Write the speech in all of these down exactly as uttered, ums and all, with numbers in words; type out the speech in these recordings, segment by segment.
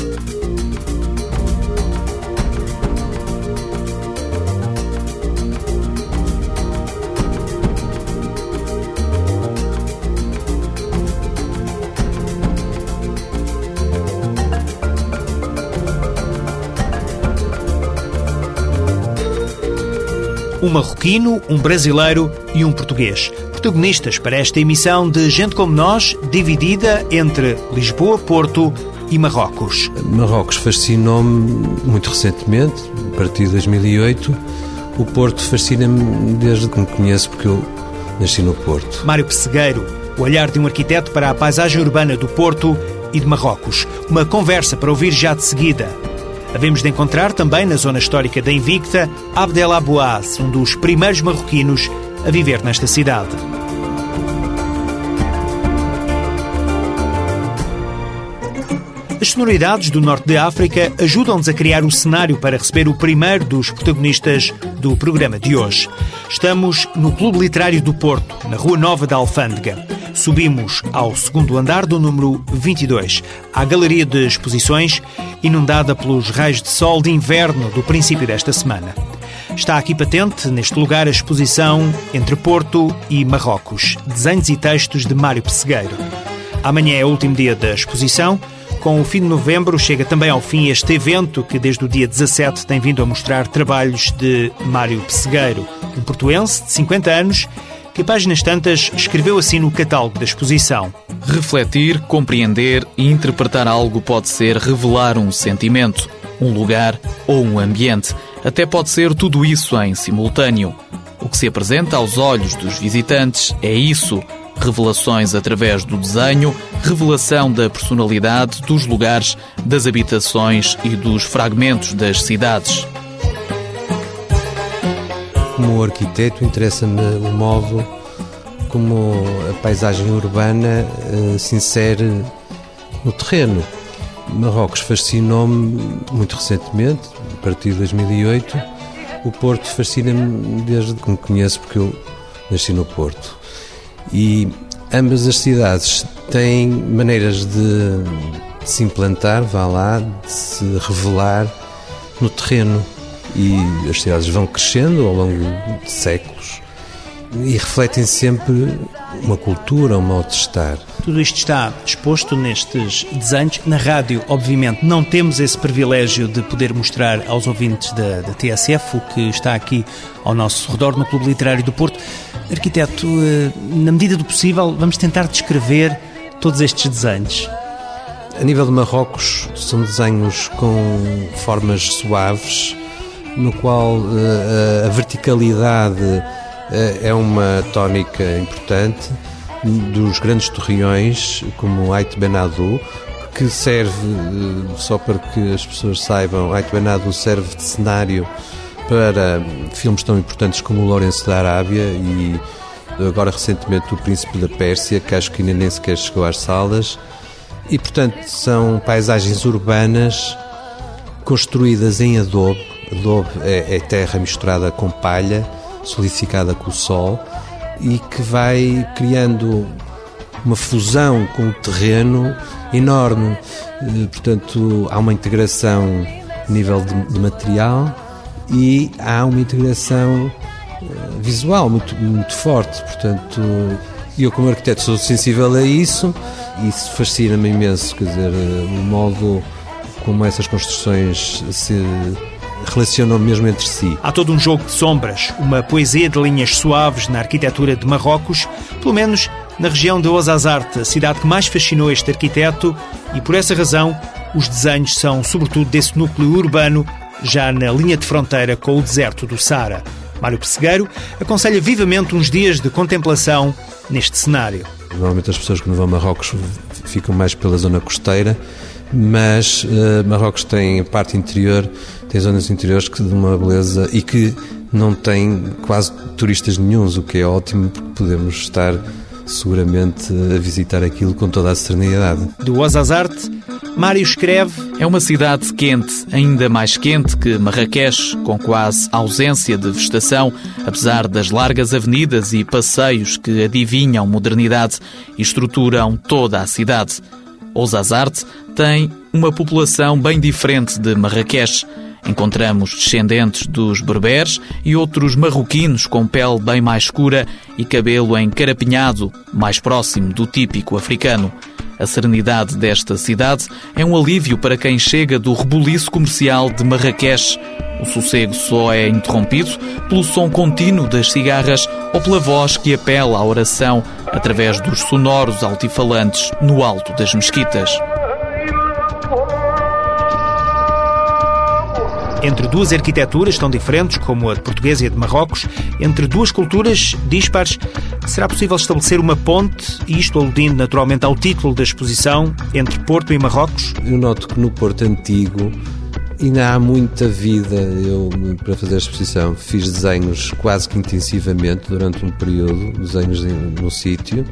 Um marroquino, um brasileiro e um português. Protagonistas para esta emissão de Gente Como Nós, dividida entre Lisboa, Porto e Marrocos. Marrocos fascinou-me muito recentemente, a partir de dois mil e oito. O Porto fascina-me desde que me conheço, porque eu nasci no Porto. Mário Pessegueiro, o olhar de um arquiteto para a paisagem urbana do Porto e de Marrocos. Uma conversa para ouvir já de seguida. Havemos de encontrar também na zona histórica da Invicta Abdel Abouaz, um dos primeiros marroquinos a viver nesta cidade. As sonoridades do norte de África ajudam-nos a criar o cenário para receber o primeiro dos protagonistas do programa de hoje. Estamos no Clube Literário do Porto, na Rua Nova da Alfândega. Subimos ao segundo andar do número vinte e dois, à Galeria de Exposições, inundada pelos raios de sol de inverno do princípio desta semana. Está aqui patente, neste lugar, a exposição Entre Porto e Marrocos, desenhos e textos de Mário Pessegueiro. Amanhã é o último dia da exposição. Com o fim de novembro chega também ao fim este evento que desde o dia dezassete tem vindo a mostrar trabalhos de Mário Pessegueiro, um portuense de cinquenta anos, que a páginas tantas escreveu assim no catálogo da exposição. Refletir, compreender e interpretar algo pode ser revelar um sentimento, um lugar ou um ambiente. Até pode ser tudo isso em simultâneo. O que se apresenta aos olhos dos visitantes é isso: revelações através do desenho, revelação da personalidade, dos lugares, das habitações e dos fragmentos das cidades. Como arquiteto, interessa-me o modo como a paisagem urbana uh, se insere no terreno. Marrocos fascinou-me muito recentemente, a partir de dois mil e oito. O Porto fascina-me desde que me conheço, porque eu nasci no Porto. E ambas as cidades têm maneiras de, de se implantar, vá lá, de se revelar no terreno. E as cidades vão crescendo ao longo de séculos e refletem sempre uma cultura, um modo de estar. Tudo isto está exposto nestes desenhos. Na rádio, obviamente, não temos esse privilégio de poder mostrar aos ouvintes da, da T S F o que está aqui ao nosso redor no Clube Literário do Porto. Arquiteto, na medida do possível, vamos tentar descrever todos estes desenhos. A nível de Marrocos, são desenhos com formas suaves, no qual uh, a verticalidade uh, é uma tónica importante, dos grandes torreões, como o Ait Ben Haddou, que serve, uh, só para que as pessoas saibam, Ait Ben Haddou serve de cenário para filmes tão importantes como o Lourenço da Arábia e agora recentemente o Príncipe da Pérsia, que acho que ainda nem sequer chegou às salas. E, portanto, são paisagens urbanas construídas em adobe. Adobe é, é terra misturada com palha, solidificada com o sol, e que vai criando uma fusão com o terreno enorme. Portanto, há uma integração a nível de, de material e há uma integração visual muito, muito forte. Portanto, eu como arquiteto sou sensível a isso e isso fascina-me imenso, quer dizer, o modo como essas construções se relacionam mesmo entre si. Há todo um jogo de sombras, uma poesia de linhas suaves na arquitetura de Marrocos, pelo menos na região de Ouarzazate, a cidade que mais fascinou este arquiteto, e por essa razão os desenhos são sobretudo desse núcleo urbano, já na linha de fronteira com o deserto do Saara. Mário Pessegueiro aconselha vivamente uns dias de contemplação neste cenário. Normalmente as pessoas que não vão a Marrocos ficam mais pela zona costeira, mas uh, Marrocos tem a parte interior, tem zonas interiores que de uma beleza e que não tem quase turistas nenhuns, o que é ótimo porque podemos estar seguramente a visitar aquilo com toda a serenidade. Do Ouarzazate, Mário escreve: é uma cidade quente, ainda mais quente que Marrakech, com quase ausência de vegetação, apesar das largas avenidas e passeios que adivinham modernidade e estruturam toda a cidade. Ouarzazate tem uma população bem diferente de Marrakech. Encontramos descendentes dos berberes e outros marroquinos com pele bem mais escura e cabelo encarapinhado, mais próximo do típico africano. A serenidade desta cidade é um alívio para quem chega do rebuliço comercial de Marrakech. O sossego só é interrompido pelo som contínuo das cigarras ou pela voz que apela à oração através dos sonoros altifalantes no alto das mesquitas. Entre duas arquiteturas tão diferentes como a de portuguesa e a de Marrocos, entre duas culturas dispares, será possível estabelecer uma ponte, isto aludindo naturalmente ao título da exposição, entre Porto e Marrocos? Eu noto que no Porto Antigo ainda há muita vida. Eu, para fazer a exposição, fiz desenhos quase que intensivamente durante um período, desenhos no sítio,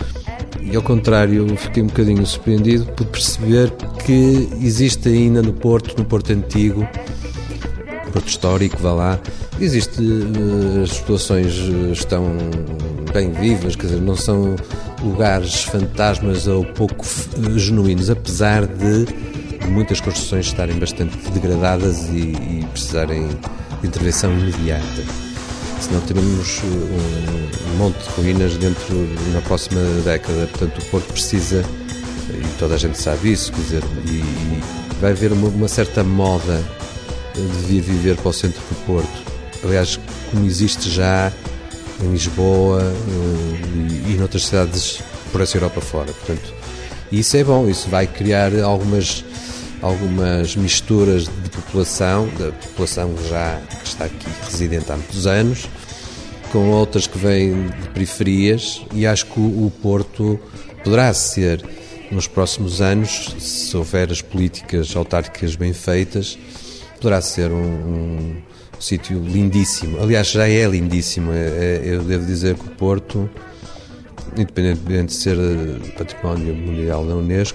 e ao contrário, fiquei um bocadinho surpreendido por perceber que existe ainda no Porto, no Porto Antigo, Porto Histórico, vá lá, existe, as situações estão bem vivas, quer dizer, não são lugares fantasmas ou pouco genuínos, apesar de muitas construções estarem bastante degradadas e, e precisarem de intervenção imediata. Senão teremos um, um monte de ruínas dentro na próxima década. Portanto, o Porto precisa, e toda a gente sabe isso, quer dizer, e, e vai haver uma, uma certa moda de vir viver para o centro do Porto. Aliás, como existe já em Lisboa e, e noutras cidades por essa Europa fora. Portanto, isso é bom, isso vai criar algumas, algumas misturas de população, da população já que está aqui residente há muitos anos, com outras que vêm de periferias, e acho que o, o Porto poderá ser, nos próximos anos, se houver as políticas autárquicas bem feitas, poderá ser um, um, um sítio lindíssimo. Aliás, já é lindíssimo. É, é, eu devo dizer que o Porto, independentemente de ser património mundial da Unesco,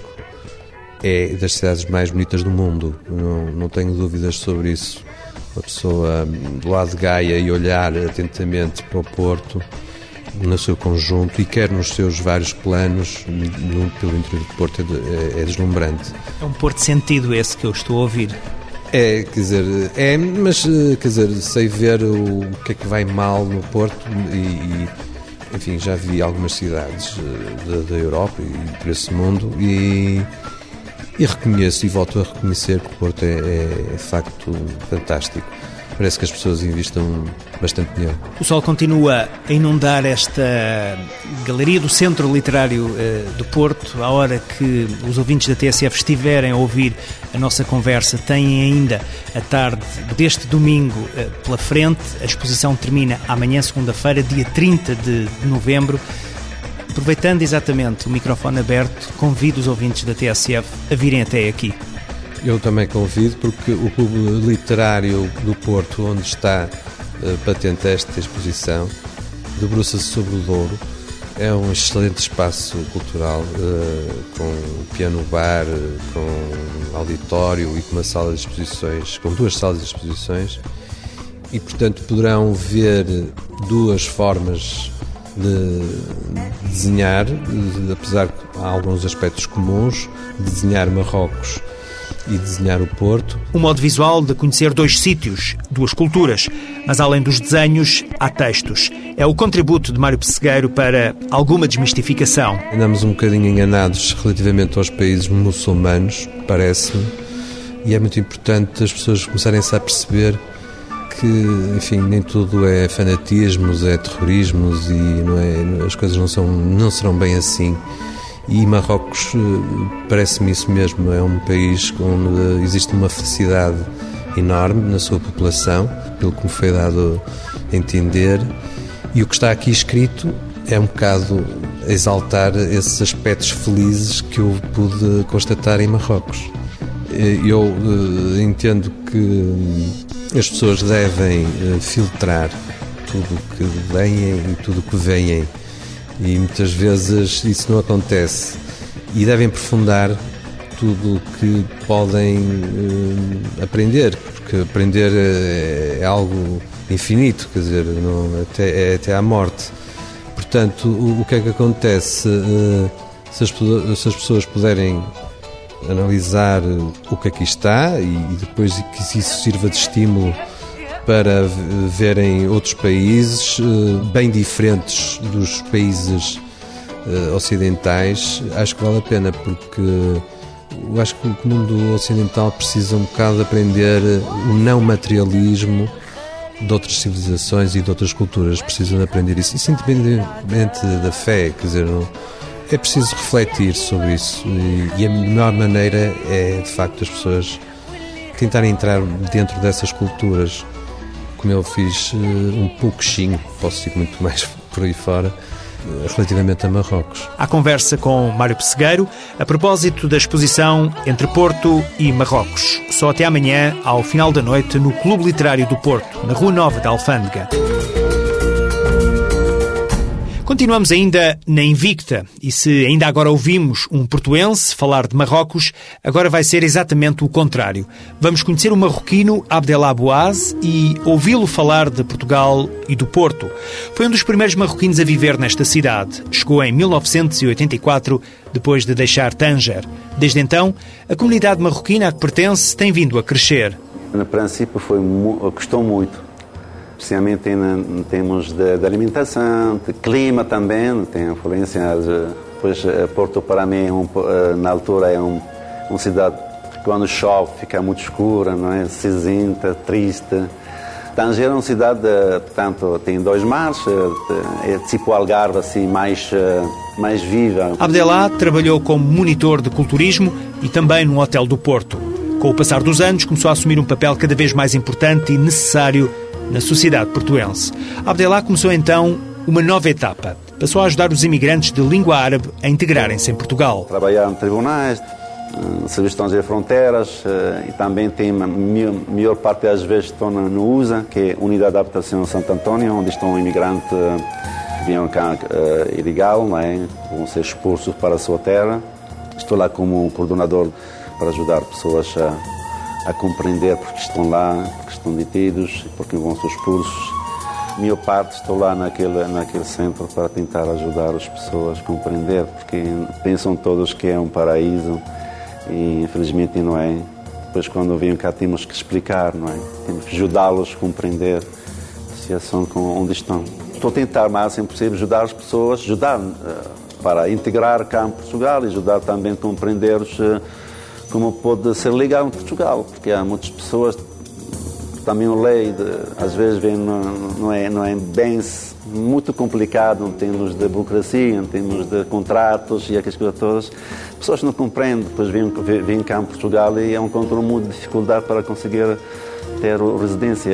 é das cidades mais bonitas do mundo. Não, não tenho dúvidas sobre isso. Uma pessoa do lado de Gaia e olhar atentamente para o Porto no seu conjunto, e quer nos seus vários planos no, pelo interior do Porto, é, é deslumbrante. É um Porto sentido esse que eu estou a ouvir. É, quer dizer, é, mas quer dizer, sei ver o, o que é que vai mal no Porto e, e enfim, já vi algumas cidades da, da Europa e por esse mundo e, e reconheço e volto a reconhecer que o Porto é, é, é de facto fantástico. Parece que as pessoas investam bastante dinheiro. O sol continua a inundar esta galeria do Centro Literário uh, do Porto. À hora que os ouvintes da T S F estiverem a ouvir a nossa conversa, têm ainda a tarde deste domingo uh, pela frente. A exposição termina amanhã, segunda-feira, dia trinta de novembro. Aproveitando exatamente o microfone aberto, convido os ouvintes da T S F a virem até aqui. Eu também convido, porque o Clube Literário do Porto, onde está uh, patente esta exposição, debruça-se sobre o Douro. É um excelente espaço cultural, uh, com piano-bar, com auditório e com uma sala de exposições, com duas salas de exposições, e, portanto, poderão ver duas formas de desenhar, de, apesar de há alguns aspectos comuns, de desenhar Marrocos e desenhar o Porto. Um modo visual de conhecer dois sítios, duas culturas, mas além dos desenhos, há textos. É o contributo de Mário Pessegueiro para alguma desmistificação. Andamos um bocadinho enganados relativamente aos países muçulmanos, parece-me, e é muito importante as pessoas começarem-se a perceber que, enfim, nem tudo é fanatismos, é terrorismos, e não é, as coisas não, são, não serão bem assim. E Marrocos, parece-me isso mesmo, é um país onde existe uma felicidade enorme na sua população, pelo que me foi dado a entender, e o que está aqui escrito é um bocado exaltar esses aspectos felizes que eu pude constatar em Marrocos. Eu entendo que as pessoas devem filtrar tudo o que veem e tudo o que veem, e muitas vezes isso não acontece, e devem aprofundar tudo o que podem uh, aprender, porque aprender é, é algo infinito, quer dizer, não, até, é até à morte. Portanto, o, o que é que acontece? Uh, se, as, se as pessoas puderem analisar o que aqui está e depois que isso sirva de estímulo para verem outros países bem diferentes dos países ocidentais. Acho que vale a pena, porque eu acho que o mundo ocidental precisa um bocado de aprender o não materialismo de outras civilizações e de outras culturas. Precisam de aprender isso, isso independentemente da fé, quer dizer, não, é preciso refletir sobre isso e, e a melhor maneira é, de facto, as pessoas tentarem entrar dentro dessas culturas, como eu fiz um pouquinho, posso ir muito mais por aí fora, relativamente a Marrocos. À conversa com Mário Pessegueiro a propósito da exposição Entre Porto e Marrocos. Só até amanhã, ao final da noite, no Clube Literário do Porto, na Rua Nova da Alfândega. Continuamos ainda na Invicta e se ainda agora ouvimos um portuense falar de Marrocos, agora vai ser exatamente o contrário. Vamos conhecer o marroquino Abdellah Bouaz e ouvi-lo falar de Portugal e do Porto. Foi um dos primeiros marroquinos a viver nesta cidade. Chegou em mil novecentos e oitenta e quatro, depois de deixar Tanger. Desde então, a comunidade marroquina a que pertence tem vindo a crescer. No princípio foi, custou muito. Especialmente em, em termos de, de alimentação, de clima também, tem influência. Pois Porto para mim, é um, na altura, é um, uma cidade que quando chove fica muito escura, não é? Cinzenta, triste. Tanger é uma cidade, portanto, tem dois mares, é tipo Algarve, assim, mais, mais viva. Abdellah trabalhou como monitor de culturismo e também no Hotel do Porto. Com o passar dos anos, começou a assumir um papel cada vez mais importante e necessário na sociedade portuense. Abdellah começou então uma nova etapa. Passou a ajudar os imigrantes de língua árabe a integrarem-se em Portugal. Trabalhar em tribunais, no Serviço Estrangeiro de Fronteiras, e também tem a maior parte das vezes estou no U S A, que é Unidade de Adaptação de Santo António, onde estão um imigrante que vem cá uh, ilegal, não é? Vão ser expulsos para a sua terra. Estou lá como coordenador para ajudar pessoas a a compreender porque estão lá, porque estão detidos, porque vão ser expulsos. A minha parte estou lá naquele, naquele centro para tentar ajudar as pessoas a compreender, porque pensam todos que é um paraíso e infelizmente não é. Depois quando vêm cá temos que explicar, não é? Temos que ajudá-los a compreender a situação onde estão. Estou a tentar o máximo possível ajudar as pessoas, ajudar uh, para integrar cá em Portugal e ajudar também a compreender-os uh, como pode ser legal em Portugal, porque há muitas pessoas que também a lei, de, às vezes, vem, não, não, é, não é bem muito complicado em termos de burocracia, em termos de contratos e aquelas coisas todas. As pessoas não compreendem, depois vêm, vêm cá em Portugal e encontram muita dificuldade para conseguir ter residência.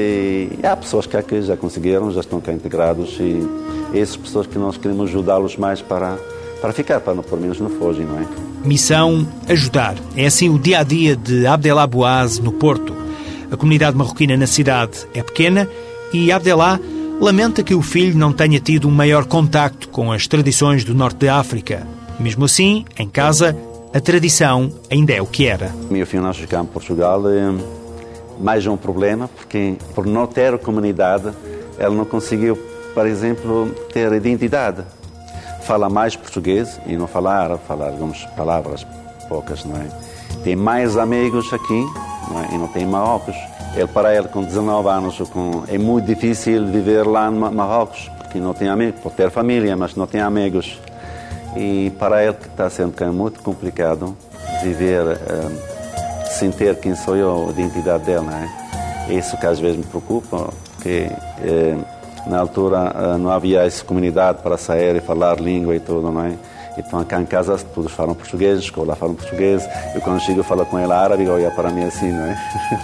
E, e há pessoas que aqui já conseguiram, já estão cá integrados e, e essas pessoas que nós queremos ajudá-los mais para, para ficar, para pelo menos não fogem, não é? Missão ajudar. É assim o dia-a-dia de Abdellah Bouaz no Porto. A comunidade marroquina na cidade é pequena e Abdellah lamenta que o filho não tenha tido um maior contacto com as tradições do norte da África. Mesmo assim, em casa, a tradição ainda é o que era. Meu filho nasceu cá em Portugal, é mais um problema, porque por não ter comunidade, ele não conseguiu, por exemplo, ter identidade. Fala mais português e não fala árabe, fala algumas palavras poucas, não é? Tem mais amigos aqui, não é? E não tem Marrocos. Ele, para ele, com dezanove anos, com, é muito difícil viver lá em Marrocos, porque não tem amigos, pode ter família, mas não tem amigos. E para ele que está sendo muito complicado viver um, sem ter quem sou eu, a identidade dele, não é? É isso que às vezes me preocupa, porque... Um, na altura não havia essa comunidade para sair e falar língua e tudo, não é? Então cá em casa todos falam português, escola falam português. Eu quando chego falo com ela árabe, olha para mim assim, não é?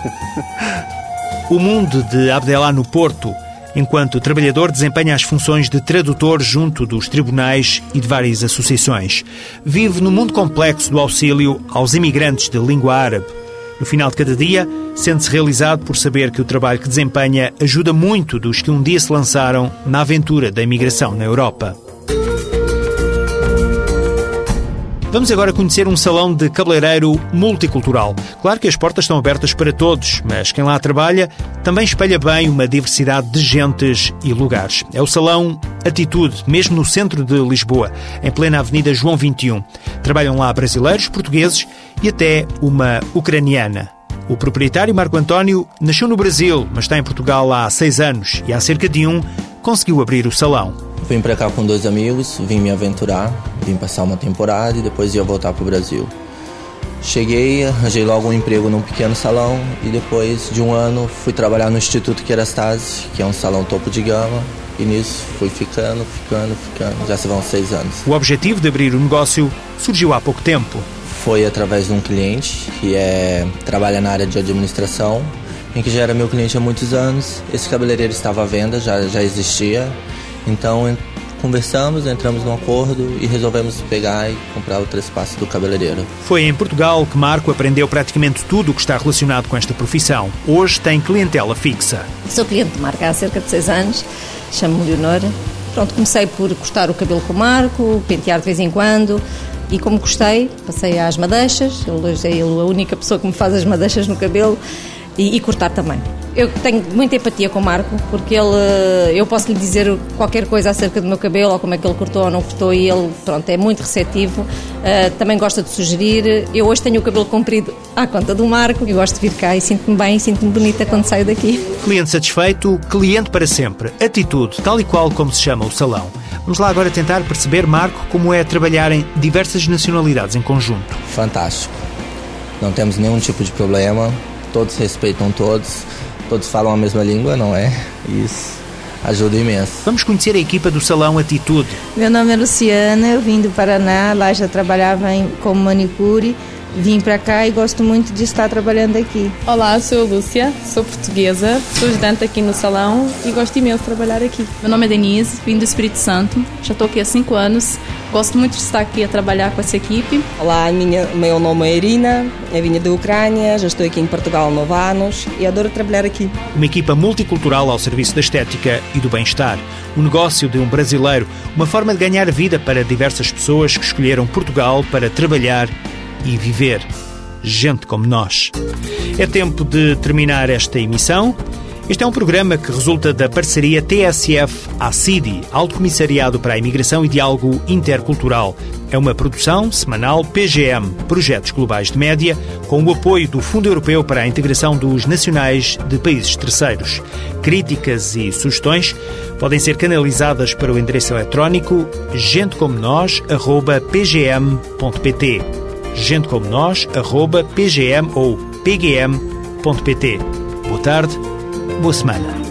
O mundo de Abdellah no Porto, enquanto trabalhador, desempenha as funções de tradutor junto dos tribunais e de várias associações. Vive no mundo complexo do auxílio aos imigrantes de língua árabe. No final de cada dia, sente-se realizado por saber que o trabalho que desempenha ajuda muito dos que um dia se lançaram na aventura da imigração na Europa. Vamos agora conhecer um salão de cabeleireiro multicultural. Claro que as portas estão abertas para todos, mas quem lá trabalha também espelha bem uma diversidade de gentes e lugares. É o salão Atitude, mesmo no centro de Lisboa, em plena Avenida João vinte e um. Trabalham lá brasileiros, portugueses e até uma ucraniana. O proprietário, Marco António, nasceu no Brasil, mas está em Portugal há seis anos e há cerca de um conseguiu abrir o salão. Vim para cá com dois amigos, vim me aventurar, vim passar uma temporada e depois ia voltar para o Brasil. Cheguei, arranjei logo um emprego num pequeno salão e depois de um ano fui trabalhar no Instituto Kerastase, que é um salão topo de gama, e nisso fui ficando, ficando, ficando, já se vão seis anos. O objetivo de abrir o negócio surgiu há pouco tempo. Foi através de um cliente que é, trabalha na área de administração, em que já era meu cliente há muitos anos. Esse cabeleireiro estava à venda, já, já existia, então conversamos, entramos num acordo e resolvemos pegar e comprar outro espaço do cabeleireiro. Foi em Portugal que Marco aprendeu praticamente tudo o que está relacionado com esta profissão. Hoje tem clientela fixa. Sou cliente de Marco há cerca de seis anos, chamo-me Leonora. Pronto, comecei por cortar o cabelo com o Marco, pentear de vez em quando. E como gostei, passei às madeixas, hoje é ele a única pessoa que me faz as madeixas no cabelo e, e cortar também. Eu tenho muita empatia com o Marco, porque ele, eu posso lhe dizer qualquer coisa acerca do meu cabelo, ou como é que ele cortou ou não cortou, e ele, pronto, é muito receptivo, uh, também gosta de sugerir. Eu hoje tenho o cabelo comprido à conta do Marco, eu gosto de vir cá e sinto-me bem, sinto-me bonita quando saio daqui. Cliente satisfeito, cliente para sempre. Atitude, tal e qual como se chama o salão. Vamos lá agora tentar perceber, Marco, como é trabalhar em diversas nacionalidades em conjunto. Fantástico. Não temos nenhum tipo de problema, todos respeitam todos, todos falam a mesma língua, não é? Isso ajuda imenso. Vamos conhecer a equipa do salão Atitude. Meu nome é Luciana, eu vim do Paraná, lá já trabalhava em, como manicure. Vim para cá e gosto muito de estar trabalhando aqui. Olá, sou a Lúcia, sou portuguesa, sou ajudante aqui no salão e gosto imenso de trabalhar aqui. Meu nome é Denise, vim do Espírito Santo, já estou aqui há cinco anos, gosto muito de estar aqui a trabalhar com essa equipe. Olá, minha, meu nome é Irina, eu vim da Ucrânia, já estou aqui em Portugal há nove anos e adoro trabalhar aqui. Uma equipa multicultural ao serviço da estética e do bem-estar. O negócio de um brasileiro, uma forma de ganhar vida para diversas pessoas que escolheram Portugal para trabalhar e viver. Gente como nós. É tempo de terminar esta emissão. Este é um programa que resulta da parceria T S F-A C I D I, Alto Comissariado para a Imigração e Diálogo Intercultural. É uma produção semanal P G M, Projetos Globais de Média, com o apoio do Fundo Europeu para a Integração dos Nacionais de Países Terceiros. Críticas e sugestões podem ser canalizadas para o endereço eletrónico gentecomonós arroba p g m ponto p t. gente como nós, arroba pgm ou pgm ponto pt. Boa tarde, boa semana.